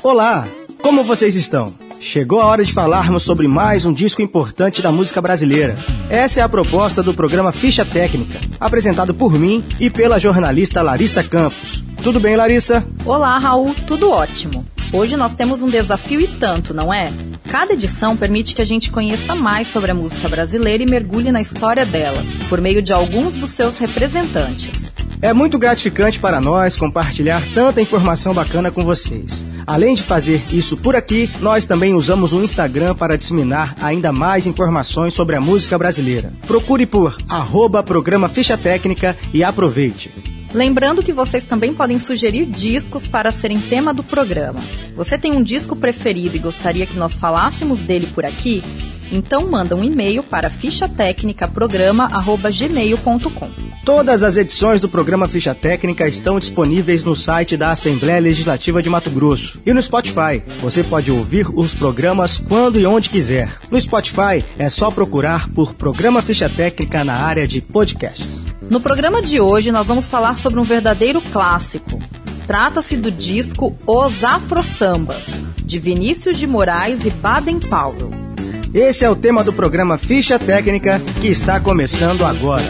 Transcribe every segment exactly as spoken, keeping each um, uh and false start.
Olá, como vocês estão? Chegou a hora de falarmos sobre mais um disco importante da música brasileira. Essa é a proposta do programa Ficha Técnica, apresentado por mim e pela jornalista Larissa Campos. Tudo bem, Larissa? Olá, Raul, tudo ótimo. Hoje nós temos um desafio e tanto, não é? Cada edição permite que a gente conheça mais sobre a música brasileira e mergulhe na história dela, por meio de alguns dos seus representantes. É muito gratificante para nós compartilhar tanta informação bacana com vocês. Além de fazer isso por aqui, nós também usamos o Instagram para disseminar ainda mais informações sobre a música brasileira. Procure por arroba programa Ficha Técnica e aproveite. Lembrando que vocês também podem sugerir discos para serem tema do programa. Você tem um disco preferido e gostaria que nós falássemos dele por aqui? Então manda um e-mail para ficha técnica programa arroba gmail ponto com. Todas as edições do programa Ficha Técnica estão disponíveis no site da Assembleia Legislativa de Mato Grosso e no Spotify. Você pode ouvir os programas quando e onde quiser. No Spotify é só procurar por Programa Ficha Técnica na área de podcasts. No programa de hoje nós vamos falar sobre um verdadeiro clássico. Trata-se do disco Os Afro-Sambas, de Vinícius de Moraes e Baden Powell. Esse é o tema do programa Ficha Técnica, que está começando agora.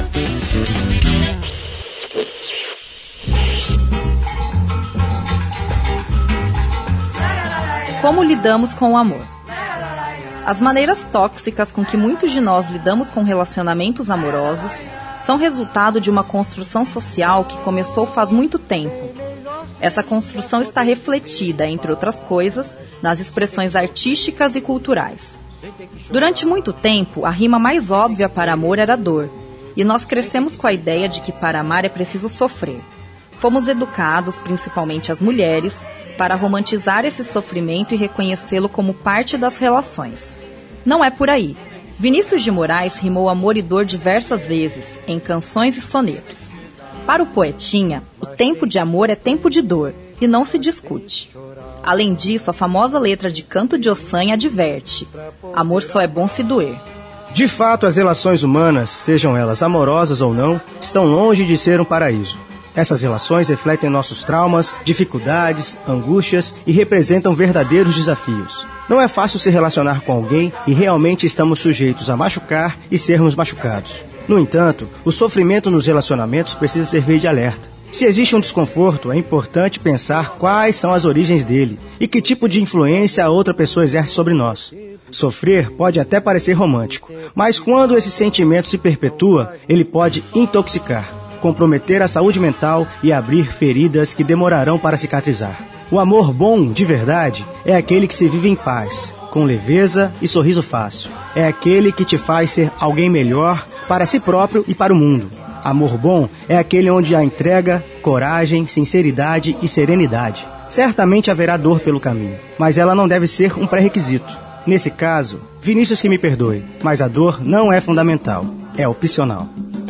Como lidamos com o amor? As maneiras tóxicas com que muitos de nós lidamos com relacionamentos amorosos são resultado de uma construção social que começou faz muito tempo. Essa construção está refletida, entre outras coisas, nas expressões artísticas e culturais. Durante muito tempo, a rima mais óbvia para amor era dor, e nós crescemos com a ideia de que para amar é preciso sofrer. Fomos educados, principalmente as mulheres, para romantizar esse sofrimento e reconhecê-lo como parte das relações. Não é por aí. Vinícius de Moraes rimou amor e dor diversas vezes, em canções e sonetos. Para o poetinha, o tempo de amor é tempo de dor, e não se discute. Além disso, a famosa letra de Canto de Ossanha adverte: amor só é bom se doer. De fato, as relações humanas, sejam elas amorosas ou não, estão longe de ser um paraíso. Essas relações refletem nossos traumas, dificuldades, angústias e representam verdadeiros desafios. Não é fácil se relacionar com alguém e realmente estamos sujeitos a machucar e sermos machucados. No entanto, o sofrimento nos relacionamentos precisa servir de alerta. Se existe um desconforto, é importante pensar quais são as origens dele e que tipo de influência a outra pessoa exerce sobre nós. Sofrer pode até parecer romântico, mas quando esse sentimento se perpetua, ele pode intoxicar, comprometer a saúde mental e abrir feridas que demorarão para cicatrizar. O amor bom, de verdade, é aquele que se vive em paz, com leveza e sorriso fácil. É aquele que te faz ser alguém melhor para si próprio e para o mundo. Amor bom é aquele onde há entrega, coragem, sinceridade e serenidade. Certamente haverá dor pelo caminho, mas ela não deve ser um pré-requisito. Nesse caso, Vinícius que me perdoe, mas a dor não é fundamental, é opcional.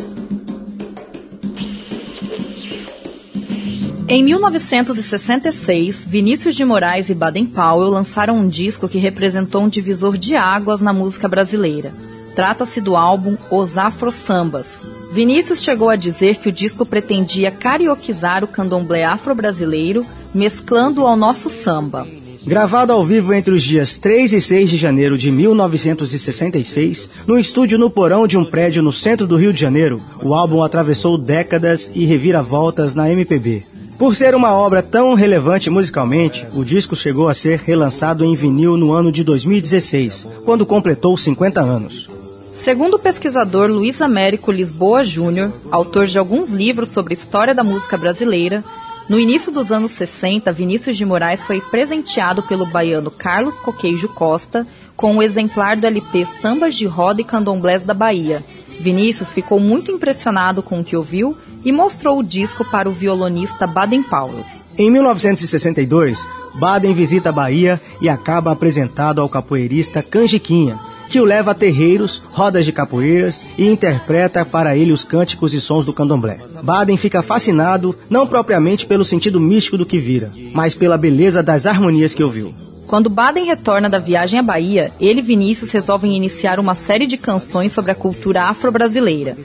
Em mil novecentos e sessenta e seis, Vinícius de Moraes e Baden Powell lançaram um disco que representou um divisor de águas na música brasileira. Trata-se do álbum Os Afro-Sambas. Vinícius chegou a dizer que o disco pretendia carioquizar o candomblé afro-brasileiro, mesclando-o ao nosso samba. Gravado ao vivo entre os dias três e seis de janeiro de mil novecentos e sessenta e seis, no estúdio no porão de um prédio no centro do Rio de Janeiro, o álbum atravessou décadas e reviravoltas na M P B. Por ser uma obra tão relevante musicalmente, o disco chegou a ser relançado em vinil no ano de dois mil e dezesseis, quando completou cinquenta anos. Segundo o pesquisador Luiz Américo Lisboa Júnior, autor de alguns livros sobre a história da música brasileira, no início dos anos sessenta, Vinícius de Moraes foi presenteado pelo baiano Carlos Coqueijo Costa com um exemplar do L P Sambas de Roda e Candomblés da Bahia. Vinícius ficou muito impressionado com o que ouviu e mostrou o disco para o violonista Baden Powell. Em mil novecentos e sessenta e dois, Baden visita a Bahia e acaba apresentado ao capoeirista Canjiquinha, que o leva a terreiros, rodas de capoeiras e interpreta para ele os cânticos e sons do candomblé. Baden fica fascinado, não propriamente pelo sentido místico do que vira, mas pela beleza das harmonias que ouviu. Quando Baden retorna da viagem à Bahia, ele e Vinícius resolvem iniciar uma série de canções sobre a cultura afro-brasileira.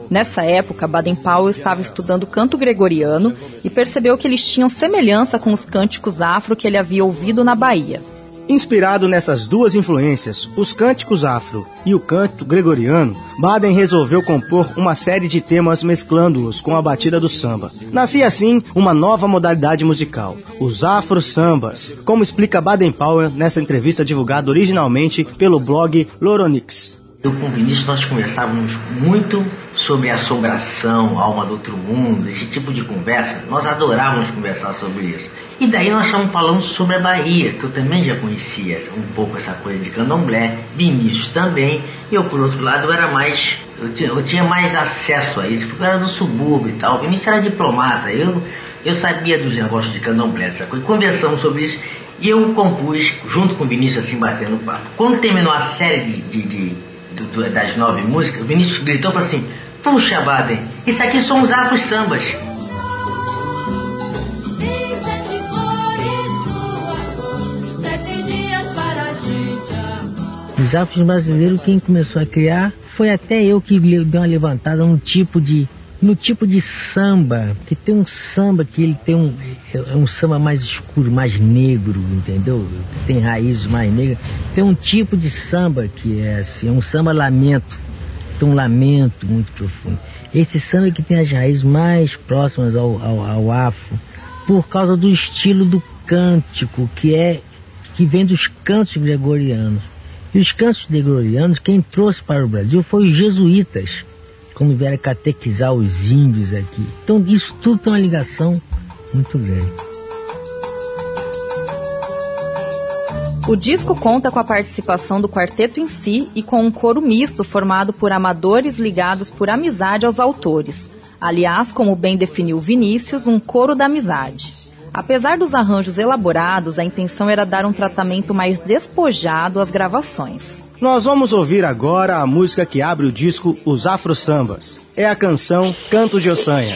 Nessa época, Baden-Powell estava estudando canto gregoriano e percebeu que eles tinham semelhança com os cânticos afro que ele havia ouvido na Bahia. Inspirado nessas duas influências, os cânticos afro e o canto gregoriano, Baden resolveu compor uma série de temas mesclando-os com a batida do samba. Nascia assim uma nova modalidade musical, os afro-sambas, como explica Baden-Powell nessa entrevista divulgada originalmente pelo blog Loronix. Eu com o Vinícius nós conversávamos muito sobre assombração, alma do outro mundo, esse tipo de conversa. Nós adorávamos conversar sobre isso. E daí nós estávamos falando sobre a Bahia, que eu também já conhecia um pouco essa coisa de candomblé, Vinícius também. E eu, por outro lado, eu era mais, eu tinha, eu tinha mais acesso a isso, porque eu era do subúrbio e tal. O Vinícius era diplomata, eu, eu sabia dos negócios de candomblé, essa coisa. Conversamos sobre isso e eu compus, junto com o Vinícius, assim, batendo papo. Quando terminou a série de... de, de Do, do, das nove músicas, o Vinícius gritou para assim: puxa, Baden, isso aqui são os afro-sambas. Os afros brasileiros, quem começou a criar foi até eu que dei uma levantada no tipo de no tipo de samba, que tem um samba que ele tem um é um samba mais escuro, mais negro, entendeu? Tem raízes mais negras. Tem um tipo de samba que é assim, é um samba lamento, tem um lamento muito profundo. Esse samba que tem as raízes mais próximas ao, ao, ao afro, por causa do estilo do cântico, que é que vem dos cantos gregorianos. E os cantos gregorianos, quem trouxe para o Brasil foi os jesuítas, como vieram catequizar os índios aqui. Então isso tudo tem uma ligação muito grande. O disco conta com a participação do quarteto em si e com um coro misto formado por amadores ligados por amizade aos autores. Aliás, como bem definiu Vinícius, um coro da amizade. Apesar dos arranjos elaborados, a intenção era dar um tratamento mais despojado às gravações. Nós vamos ouvir agora a música que abre o disco Os Afro-Sambas. É a canção Canto de Ossanha.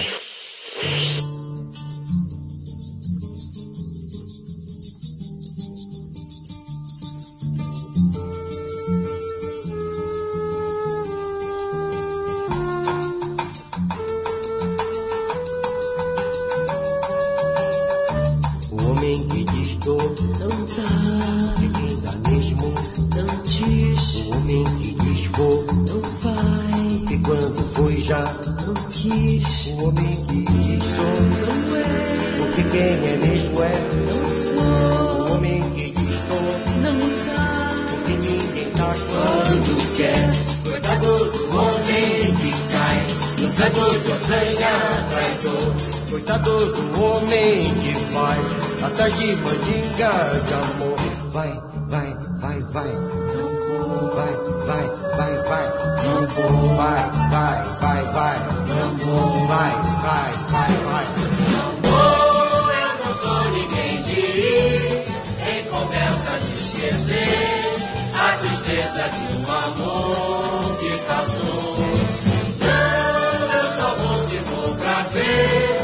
O homem que diz dor não dá, de quem dá mesmo não diz. O homem que diz vou não vai, e quando foi já não quis. O homem que diz sou não é, porque quem é mesmo é não sou. O homem que diz dor não dá, porque ninguém dá quando quer. Coitado do homem que cai no canto de Ossanha traidor. Coitado do homem que vai atrás de mandinga de amor. Vai, vai, vai, vai, não vou. Vai, vai, vai, vai, não vou. Vai, vai, vai, vai, não vou. Vai, vai, vai, vai, não vou. Eu não sou ninguém de ir em conversa de esquecer a tristeza de um amor que passou. Não, eu só vou se for pra ver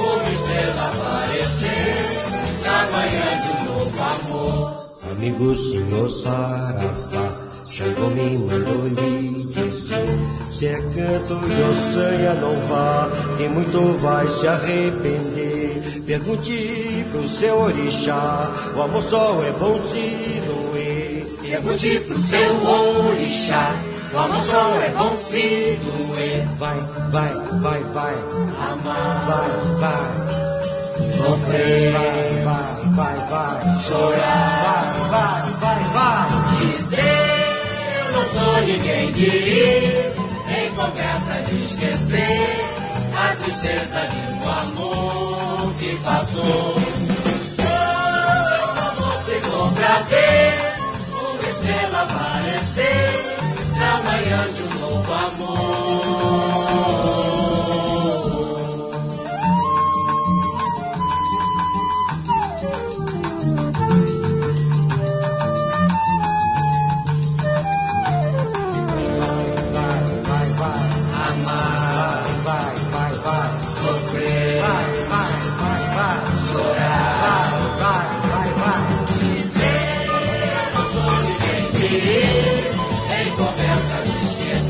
aparecer na manhã de um novo amor. Amigo senhor Saravá, Xangô me mandou lhe dizer: se é canto de Ossanha não vá, quem muito vai se arrepender. Pergunte pro seu orixá, o amor só é bom se doer. Pergunte pro seu orixá, o amor só é bom se doer. Vai, vai, vai, vai, amar, vai, vai. Sofrer, vai, vai, vai, vai, chorar, vai, vai, vai, vai. Dizer eu não sou ninguém de ir em conversa de esquecer a tristeza de um amor que passou. Oh, eu só vou se for pra ver uma estrela aparecer na manhã de um novo amor. Em conversa de esquecer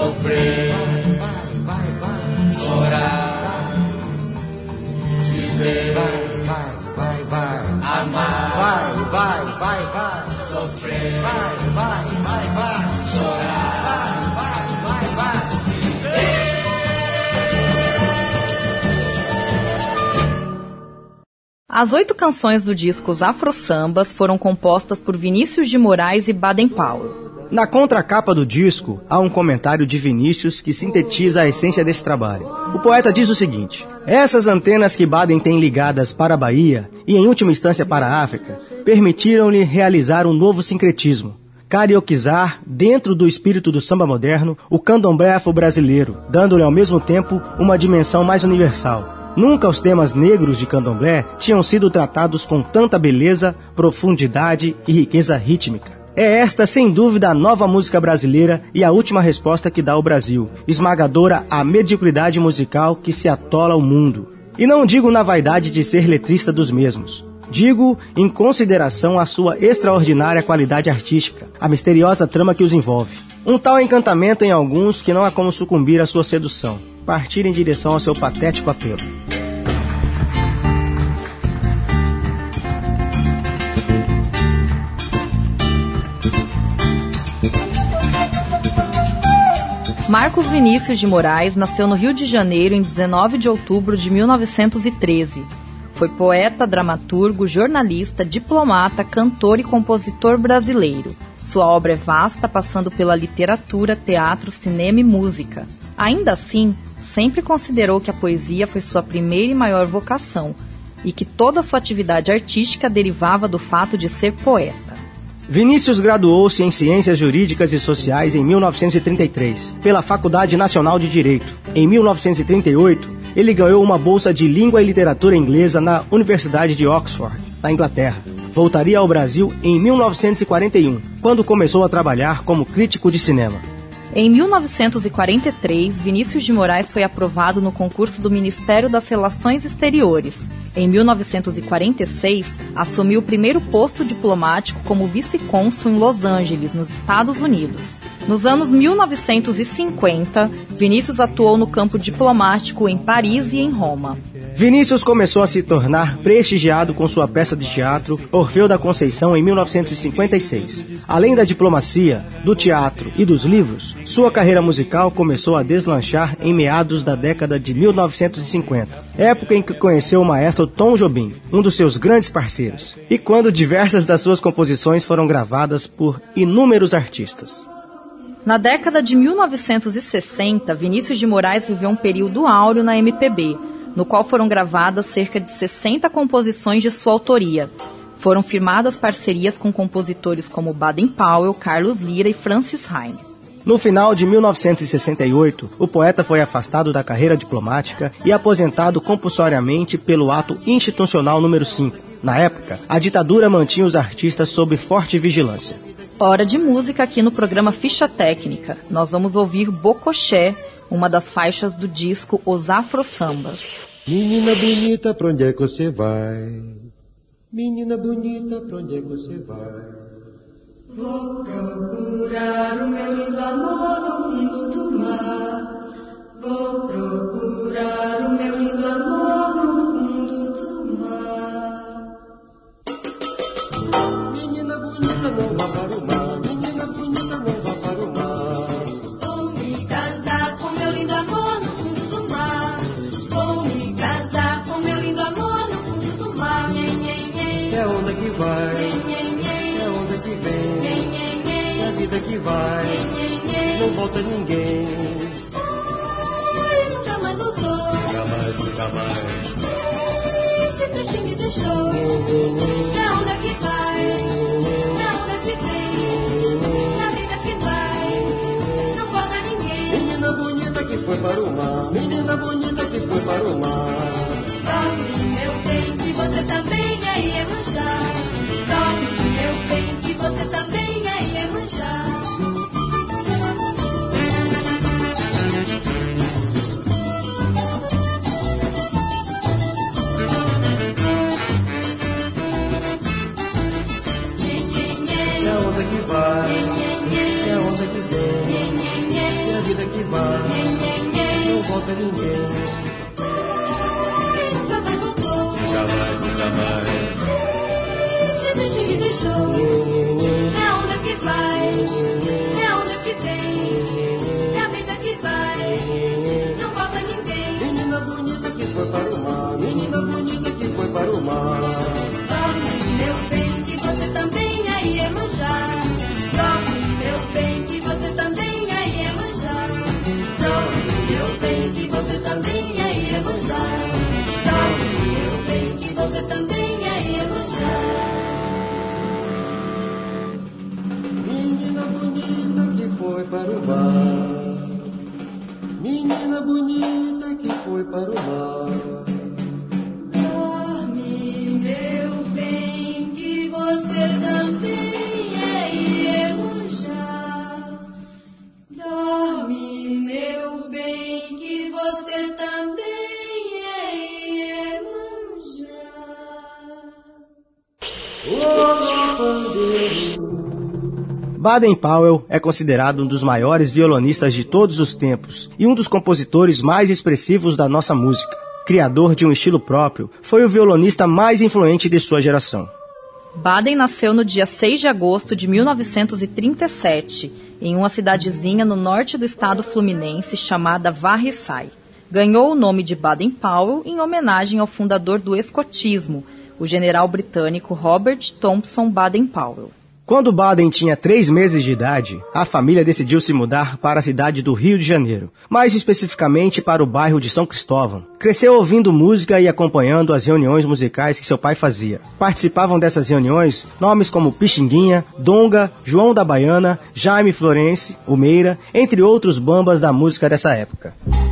sofrer, vai, vai, vai, chorar, dizer, vai, vai, vai, vai, amar, vai, vai, vai, vai, sofrer, vai, vai, vai, vai, chorar, vai, vai, vai, dizer. As oito canções do disco Os Afro-Sambas foram compostas por Vinícius de Moraes e Baden Powell. Na contracapa do disco, há um comentário de Vinícius que sintetiza a essência desse trabalho. O poeta diz o seguinte: essas antenas que Baden tem ligadas para a Bahia e, em última instância, para a África, permitiram-lhe realizar um novo sincretismo, carioquizar, dentro do espírito do samba moderno, o candomblé afro-brasileiro, dando-lhe ao mesmo tempo uma dimensão mais universal. Nunca os temas negros de candomblé tinham sido tratados com tanta beleza, profundidade e riqueza rítmica. É esta, sem dúvida, a nova música brasileira e a última resposta que dá o Brasil, esmagadora à mediocridade musical que se atola o mundo. E não digo na vaidade de ser letrista dos mesmos. Digo em consideração à sua extraordinária qualidade artística, a misteriosa trama que os envolve. Um tal encantamento em alguns que não há como sucumbir à sua sedução, partir em direção ao seu patético apelo. Marcos Vinícius de Moraes nasceu no Rio de Janeiro em dezenove de outubro de mil novecentos e treze. Foi poeta, dramaturgo, jornalista, diplomata, cantor e compositor brasileiro. Sua obra é vasta, passando pela literatura, teatro, cinema e música. Ainda assim, sempre considerou que a poesia foi sua primeira e maior vocação e que toda sua atividade artística derivava do fato de ser poeta. Vinícius graduou-se em Ciências Jurídicas e Sociais em mil novecentos e trinta e três, pela Faculdade Nacional de Direito. Em mil novecentos e trinta e oito, ele ganhou uma bolsa de Língua e Literatura Inglesa na Universidade de Oxford, na Inglaterra. Voltaria ao Brasil em mil novecentos e quarenta e um, quando começou a trabalhar como crítico de cinema. Em mil novecentos e quarenta e três, Vinícius de Moraes foi aprovado no concurso do Ministério das Relações Exteriores. Em mil novecentos e quarenta e seis, assumiu o primeiro posto diplomático como vice-cônsul em Los Angeles, nos Estados Unidos. Nos anos mil novecentos e cinquenta, Vinícius atuou no campo diplomático em Paris e em Roma. Vinícius começou a se tornar prestigiado com sua peça de teatro Orfeu da Conceição em mil novecentos e cinquenta e seis. Além da diplomacia, do teatro e dos livros, sua carreira musical começou a deslanchar em meados da década de mil novecentos e cinquenta, época em que conheceu o maestro Tom Jobim, um dos seus grandes parceiros, e quando diversas das suas composições foram gravadas por inúmeros artistas. Na década de mil novecentos e sessenta, Vinícius de Moraes viveu um período áureo na M P B, no qual foram gravadas cerca de sessenta composições de sua autoria. Foram firmadas parcerias com compositores como Baden Powell, Carlos Lyra e Francis Heine. No final de mil novecentos e sessenta e oito, o poeta foi afastado da carreira diplomática e aposentado compulsoriamente pelo ato institucional número cinco. Na época, a ditadura mantinha os artistas sob forte vigilância. Hora de música aqui no programa Ficha Técnica. Nós vamos ouvir Bocoché, uma das faixas do disco Os Afro-Sambas. Menina bonita, pra onde é que você vai? Menina bonita, pra onde é que você vai? Vou procurar o meu lindo amor no fundo do mar. Vou procurar o meu lindo amor no fundo do mar. Menina bonita, não vá para o mar. Menina bonita, não vá para o mar. Vou me casar com meu lindo amor no fundo do mar. Vou me casar com meu lindo amor no fundo do mar. Nhen, nhen, nhen. É onda que vai, Nhen, nhen, nhen. é onda que vem, Nhen, nhen, nhen. é a vida que vai, Nhen, nhen, nhen. não volta ninguém. Ai, nunca mais voltou. Nunca mais, nunca mais. Este trecho me deixou. Pra onda que vai, pra onda que vem, na vida que vai, não volta ninguém. Menina bonita que foi para o mar, menina bonita que foi para o mar. Dorme, meu bem, que você também é Iemanjá. Dorme, meu bem, que você também é Iemanjá. É a onda que vai, é a onda que vem, é a vida que falta ninguém. Nunca mais voltou. Nunca mais, nunca mais. Se deixa me deixou. É a onda que vai. É a onda que vem. É a vida que vai. Não falta ninguém. Menina bonita que foi para o mar. Menina bonita que foi para o mar. Dorme, meu bem, que você também é Iemanjá. Dorme, meu bem, que você também é Iemanjá. Dorme, meu bem, que você também é Iemanjá. Dorme, meu bem, que você também é Iemanjá. Menina bonita que foi para o mar. Menina bonita que foi para o mar. Dorme, meu bem, que você também é Iemanjá. Dorme, meu bem, que você também é Iemanjá. Baden Powell é considerado um dos maiores violonistas de todos os tempos e um dos compositores mais expressivos da nossa música. Criador de um estilo próprio, foi o violonista mais influente de sua geração. Baden nasceu no dia seis de agosto de mil novecentos e trinta e sete, em uma cidadezinha no norte do estado fluminense chamada Varriçai. Ganhou o nome de Baden Powell em homenagem ao fundador do escotismo, o general britânico Robert Thompson Baden Powell. Quando Baden tinha três meses de idade, a família decidiu se mudar para a cidade do Rio de Janeiro, mais especificamente para o bairro de São Cristóvão. Cresceu ouvindo música e acompanhando as reuniões musicais que seu pai fazia. Participavam dessas reuniões nomes como Pixinguinha, Donga, João da Baiana, Jaime Florence, o Meira, entre outros bambas da música dessa época.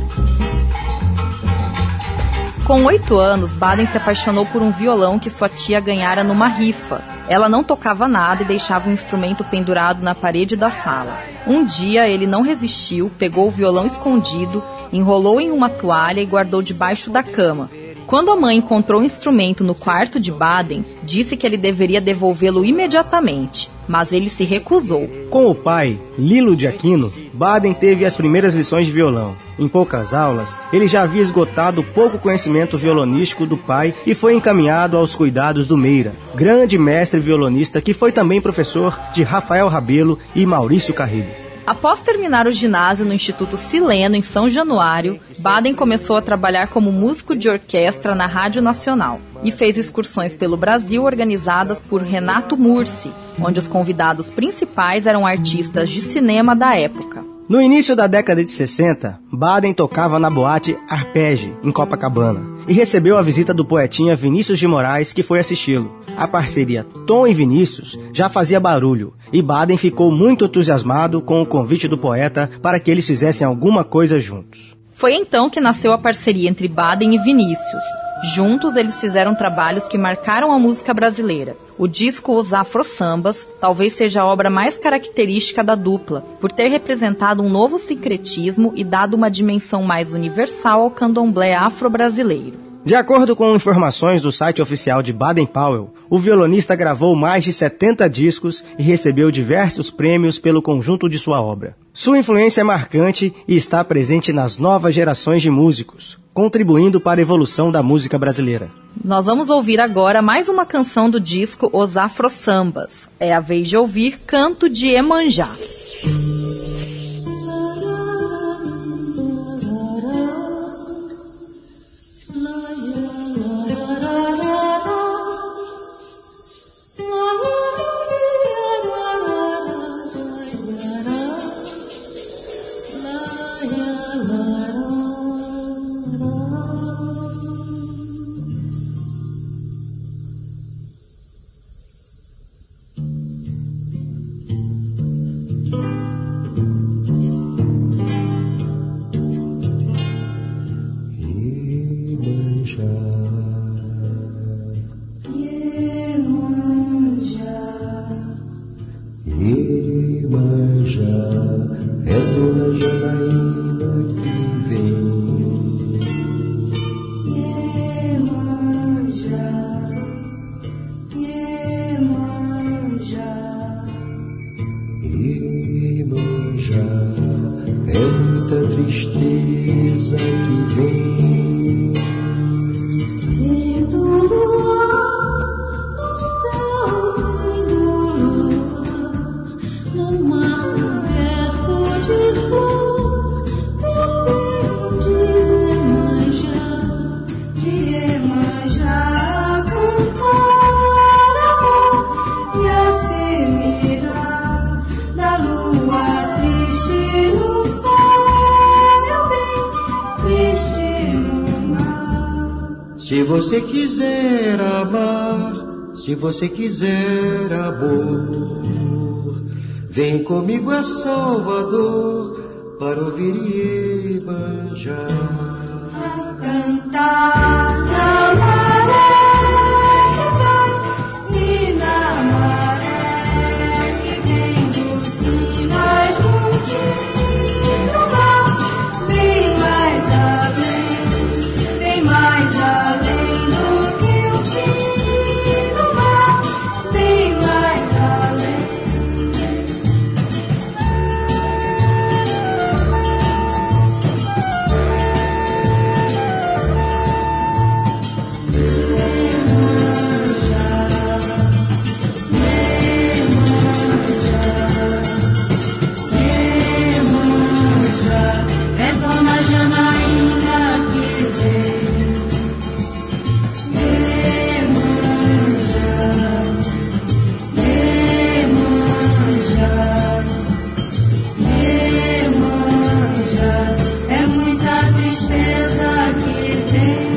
Com oito anos, Baden se apaixonou por um violão que sua tia ganhara numa rifa. Ela não tocava nada e deixava o instrumento pendurado na parede da sala. Um dia, ele não resistiu, pegou o violão escondido, enrolou em uma toalha e guardou debaixo da cama. Quando a mãe encontrou o instrumento no quarto de Baden, disse que ele deveria devolvê-lo imediatamente, mas ele se recusou. Com o pai, Lilo de Aquino, Baden teve as primeiras lições de violão. Em poucas aulas, ele já havia esgotado o pouco conhecimento violonístico do pai e foi encaminhado aos cuidados do Meira, grande mestre violonista que foi também professor de Rafael Rabelo e Maurício Carrilho. Após terminar o ginásio no Instituto Sileno, em São Januário, Baden começou a trabalhar como músico de orquestra na Rádio Nacional e fez excursões pelo Brasil organizadas por Renato Mursi, onde os convidados principais eram artistas de cinema da época. No início da década de sessenta, Baden tocava na boate Arpege, em Copacabana, e recebeu a visita do poetinha Vinícius de Moraes, que foi assisti-lo. A parceria Tom e Vinícius já fazia barulho, e Baden ficou muito entusiasmado com o convite do poeta para que eles fizessem alguma coisa juntos. Foi então que nasceu a parceria entre Baden e Vinícius. Juntos, eles fizeram trabalhos que marcaram a música brasileira. O disco Os Afro-Sambas talvez seja a obra mais característica da dupla, por ter representado um novo sincretismo e dado uma dimensão mais universal ao candomblé afro-brasileiro. De acordo com informações do site oficial de Baden Powell, o violonista gravou mais de setenta discos e recebeu diversos prêmios pelo conjunto de sua obra. Sua influência é marcante e está presente nas novas gerações de músicos, contribuindo para a evolução da música brasileira. Nós vamos ouvir agora mais uma canção do disco Os Afro-Sambas. É a vez de ouvir Canto de Iemanjá. Iemanjá é muita tristeza é que vem? Vem do luar, no céu vem do luar, no mar coberto de flor, meu bem de Iemanjá, de Iemanjá cantar amor e a se mirar da lua triste no céu, meu bem triste no mar. Se você quiser amar, se você quiser amor, vem comigo a Salvador para ouvir Iemanjá. A cantar na maré que vai e na maré que vem do fim mais longe do mar, bem mais além, bem mais além do que o fim do mar, bem mais além. É Dona Janaína que vem. Iemanjá, Iemanjá, Iemanjá. É muita tristeza que tem.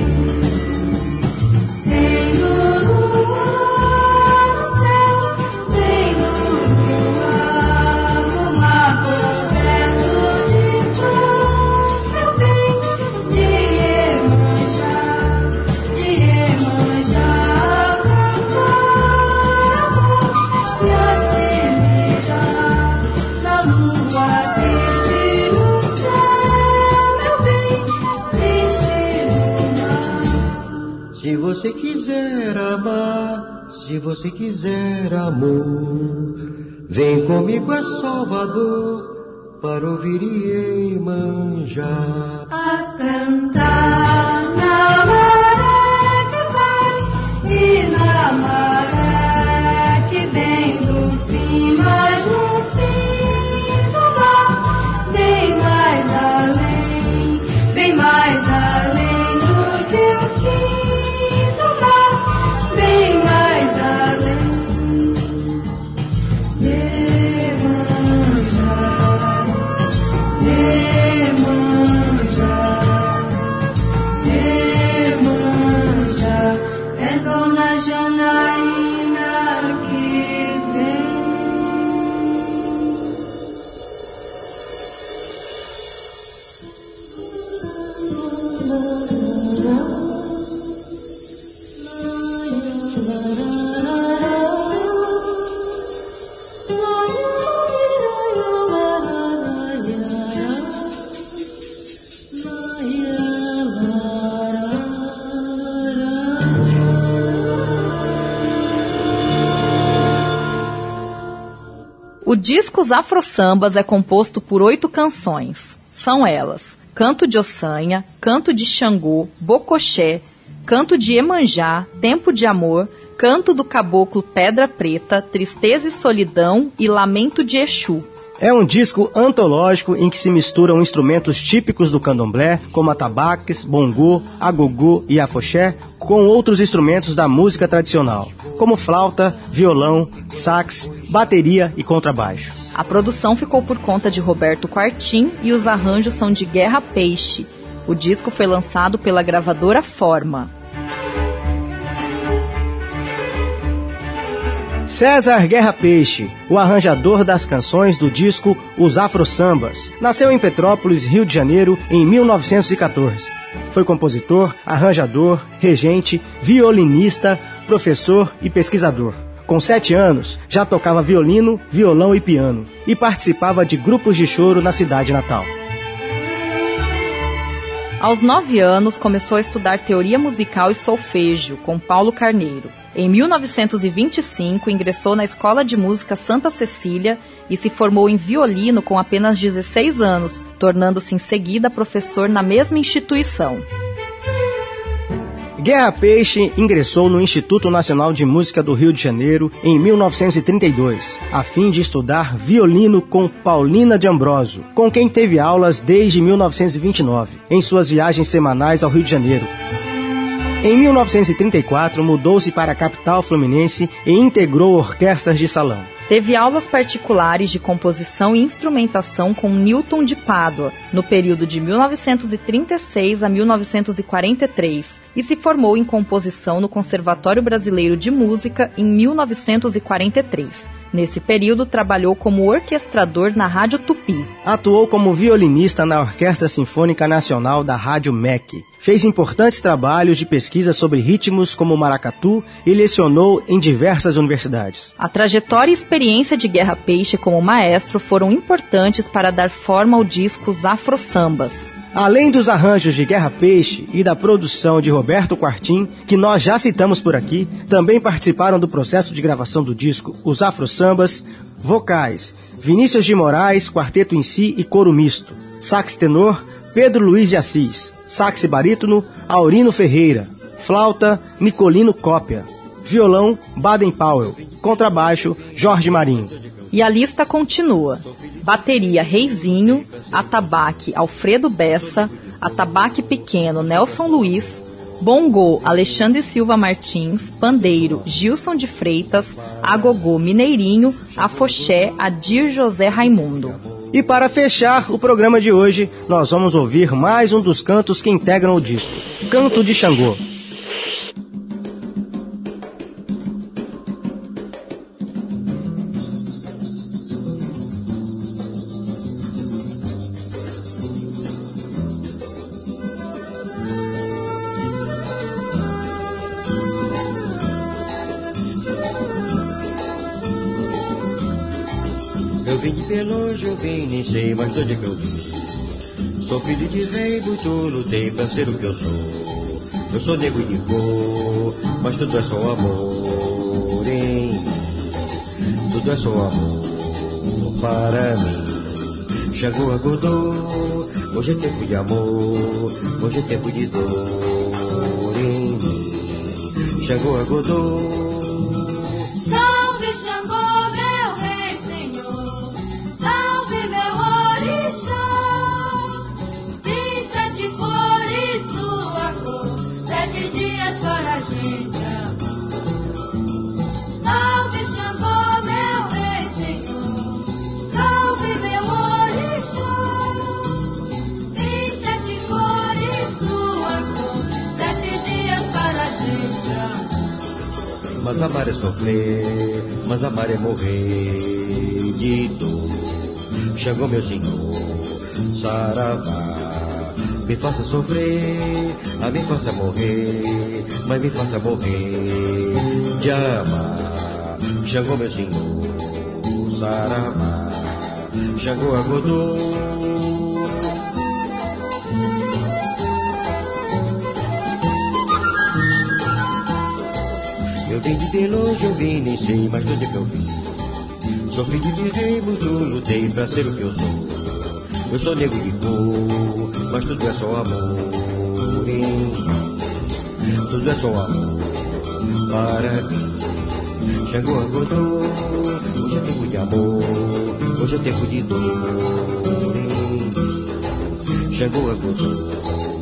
Tem no luar, no céu, tem no luar, no mar coberto de flor, meu bem de Iemanjá, de Iemanjá cantar amor e a se mirar da lua triste no céu, meu bem triste no mar. Se você quiser amar, se você quiser amor, vem comigo a Salvador para ouvir Iemanjá. A cantar na maré que vai e na maré que vem do fim, mas no fim do mar, bem mais além, bem mais além do que o fim do mar, bem mais além. Iemanjá, Iemanjá, é Dona Janaína que vem. O disco Os Afro-Sambas é composto por oito canções. São elas: Canto de Ossanha, Canto de Xangô, Bocoxé, Canto de Iemanjá, Tempo de Amor, Canto do Caboclo Pedra Preta, Tristeza e Solidão e Lamento de Exu. É um disco antológico em que se misturam instrumentos típicos do candomblé, como atabaques, bongô, agogô e afoxé, com outros instrumentos da música tradicional, como flauta, violão, sax, bateria e contrabaixo. A produção ficou por conta de Roberto Quartim e os arranjos são de Guerra Peixe. O disco foi lançado pela gravadora Forma. César Guerra Peixe, o arranjador das canções do disco Os Afro-Sambas, nasceu em Petrópolis, Rio de Janeiro, em mil novecentos e quatorze. Foi compositor, arranjador, regente, violinista, professor e pesquisador. Com sete anos, já tocava violino, violão e piano, e participava de grupos de choro na cidade natal. Aos nove anos, começou a estudar teoria musical e solfejo com Paulo Carneiro. Em mil novecentos e vinte e cinco, ingressou na Escola de Música Santa Cecília e se formou em violino com apenas dezesseis anos, tornando-se em seguida professor na mesma instituição. Guerra Peixe ingressou no Instituto Nacional de Música do Rio de Janeiro em mil novecentos e trinta e dois, a fim de estudar violino com Paulina de Ambrósio, com quem teve aulas desde mil novecentos e vinte e nove, em suas viagens semanais ao Rio de Janeiro. Em mil novecentos e trinta e quatro, mudou-se para a capital fluminense e integrou orquestras de salão. Teve aulas particulares de composição e instrumentação com Newton de Pádua, no período de mil novecentos e trinta e seis a mil novecentos e quarenta e três, e se formou em composição no Conservatório Brasileiro de Música em mil novecentos e quarenta e três. Nesse período, trabalhou como orquestrador na Rádio Tupi. Atuou como violinista na Orquestra Sinfônica Nacional da Rádio M E C. Fez importantes trabalhos de pesquisa sobre ritmos como o maracatu e lecionou em diversas universidades. A trajetória e experiência de Guerra Peixe como maestro foram importantes para dar forma ao disco Os Afro Sambas. Além dos arranjos de Guerra Peixe e da produção de Roberto Quartim, que nós já citamos por aqui, também participaram do processo de gravação do disco Os Afro Sambas, vocais, Vinícius de Moraes, quarteto em si e coro misto, sax tenor, Pedro Luiz de Assis, sax barítono, Aurino Ferreira, flauta, Nicolino Cópia, violão, Baden Powell, contrabaixo, Jorge Marinho. E a lista continua. Bateria Reizinho, atabaque Alfredo Bessa, atabaque pequeno Nelson Luiz, bongô Alexandre Silva Martins, pandeiro Gilson de Freitas, agogô Mineirinho, afoxé Adir José Raimundo. E para fechar o programa de hoje, nós vamos ouvir mais um dos cantos que integram o disco, Canto de Xangô. Eu vim de Pelonge, eu vim, nem sei mais de onde é que eu vim. Sou filho de rei, muito lutei pra ser o que eu sou. Eu sou negro de cor, mas tudo é só amor em mim. Tudo é só amor para mim. Xangô acordou, hoje é tempo de amor, hoje é tempo de dor em mim. Xangô acordou. Mas amar é sofrer, mas amar é morrer de dor. Xangô, meu senhor, saravá, me faça sofrer, a me faça morrer, mas me faça morrer de amar. Xangô, meu senhor, saravá, Xangô acordou. Eu vim de longe, eu vim, nem sei mais de onde é que eu vim. Sou filho de rei, muito lutei pra ser o que eu sou. Eu sou negro de cor, mas tudo é só amor em mim. Tudo é só amor para mim. Xangô acordou, hoje é tempo de amor, hoje é tempo de dor em mim. Xangô acordou.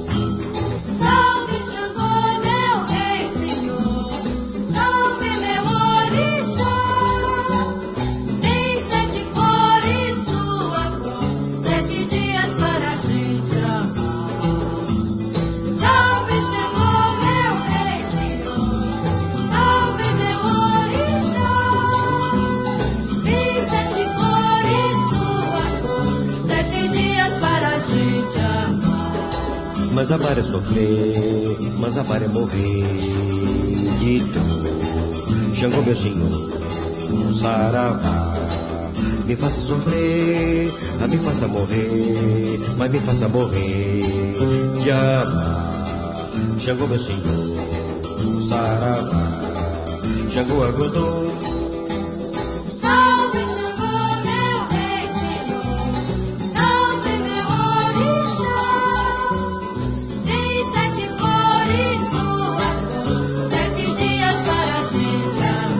Mas amar é sofrer, mas amar é morrer de dor. Xangô, meu senhor, saravá, me faça sofrer, a me faça morrer, mas me faça morrer de amar. Xangô, meu senhor, saravá, Xangô agrodou. Salve Xangô, meu rei senhor, salve meu orixá. Tem sete cores sua cor, sete dias para a gente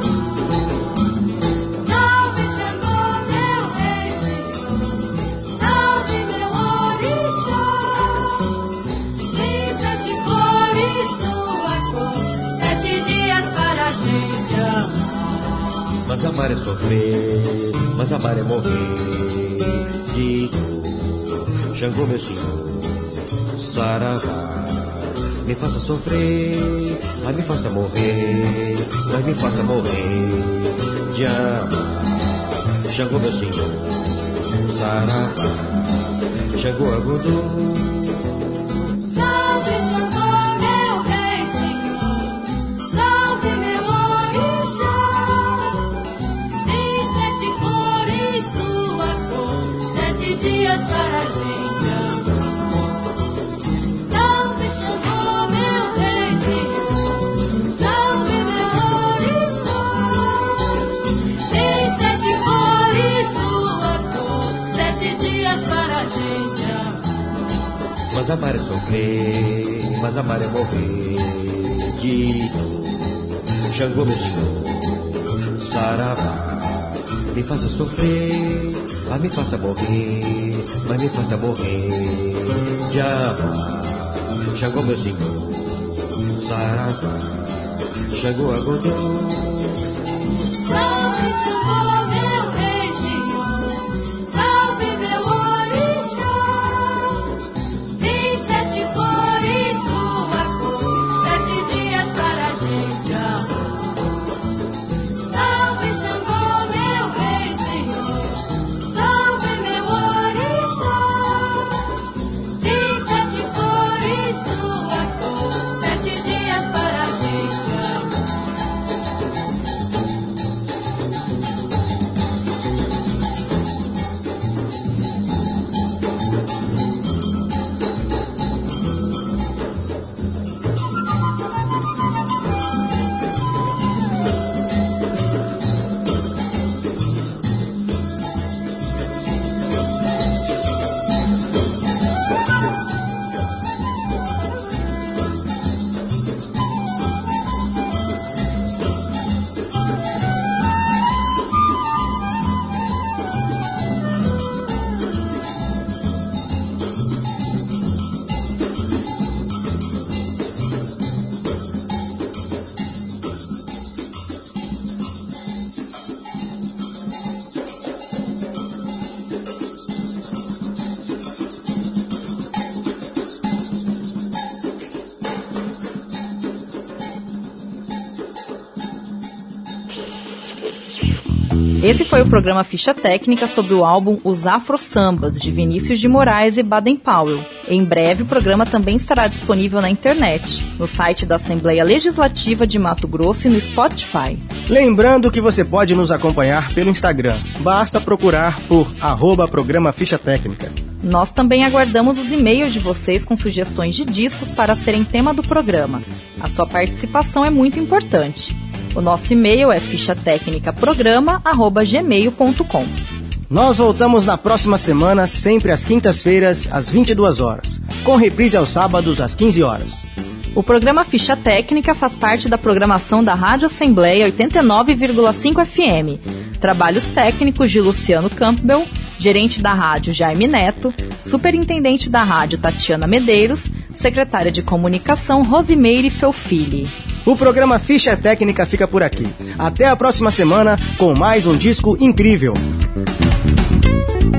amar. Salve Xangô, meu rei senhor, salve meu orixá. Tem sete cores sua cor, sete dias para a gente amar. Mas amar é sofrer, mas amar é morrer de dor. Xangô, meu senhor, saravá, me faça sofrer, mas me faça morrer, mas me faça morrer de amar. Xangô, meu senhor, saravá, Xangô agrodou. Salve Xangô, meu rei senhor, salve meu orixá. Tem sete cores sua cor, sete dias para a gente amar. Salve Xangô, meu rei senhor, salve meu orixá. Tem sete cores sua cor, sete dias para a gente amar. Mas amar é sofrer, mas amar é morrer de dor. Xangô, meu senhor, saravá, me faça sofrer, mas me faça morrer, mas me faça morrer de amar. Xangô, meu senhor, saravá, Xangô agrodou. Salve Xangô, meu rei senhor, salve meu orixá. Tem sete cores sua cor, sete dias para a gente amar. Salve Xangô, meu rei senhor, salve meu orixá. Tem sete cores sua cor, sete dias para a gente amar. Esse foi o programa Ficha Técnica sobre o álbum Os Afro Sambas, de Vinícius de Moraes e Baden Powell. Em breve, o programa também estará disponível na internet, no site da Assembleia Legislativa de Mato Grosso e no Spotify. Lembrando que você pode nos acompanhar pelo Instagram. Basta procurar por arroba programa Ficha Técnica. Nós também aguardamos os e-mails de vocês com sugestões de discos para serem tema do programa. A sua participação é muito importante. O nosso e-mail é fichatecnicaprograma arroba gmail ponto com. Nós voltamos na próxima semana, sempre às quintas-feiras, às vinte e duas horas, com reprise aos sábados, às quinze horas. O programa Ficha Técnica faz parte da programação da Rádio Assembleia oitenta e nove vírgula cinco F M. Trabalhos técnicos de Luciano Campbell, gerente da rádio Jaime Neto, superintendente da rádio Tatiana Medeiros, secretária de comunicação Rosimeire Felfili. O programa Ficha Técnica fica por aqui. Até a próxima semana com mais um disco incrível.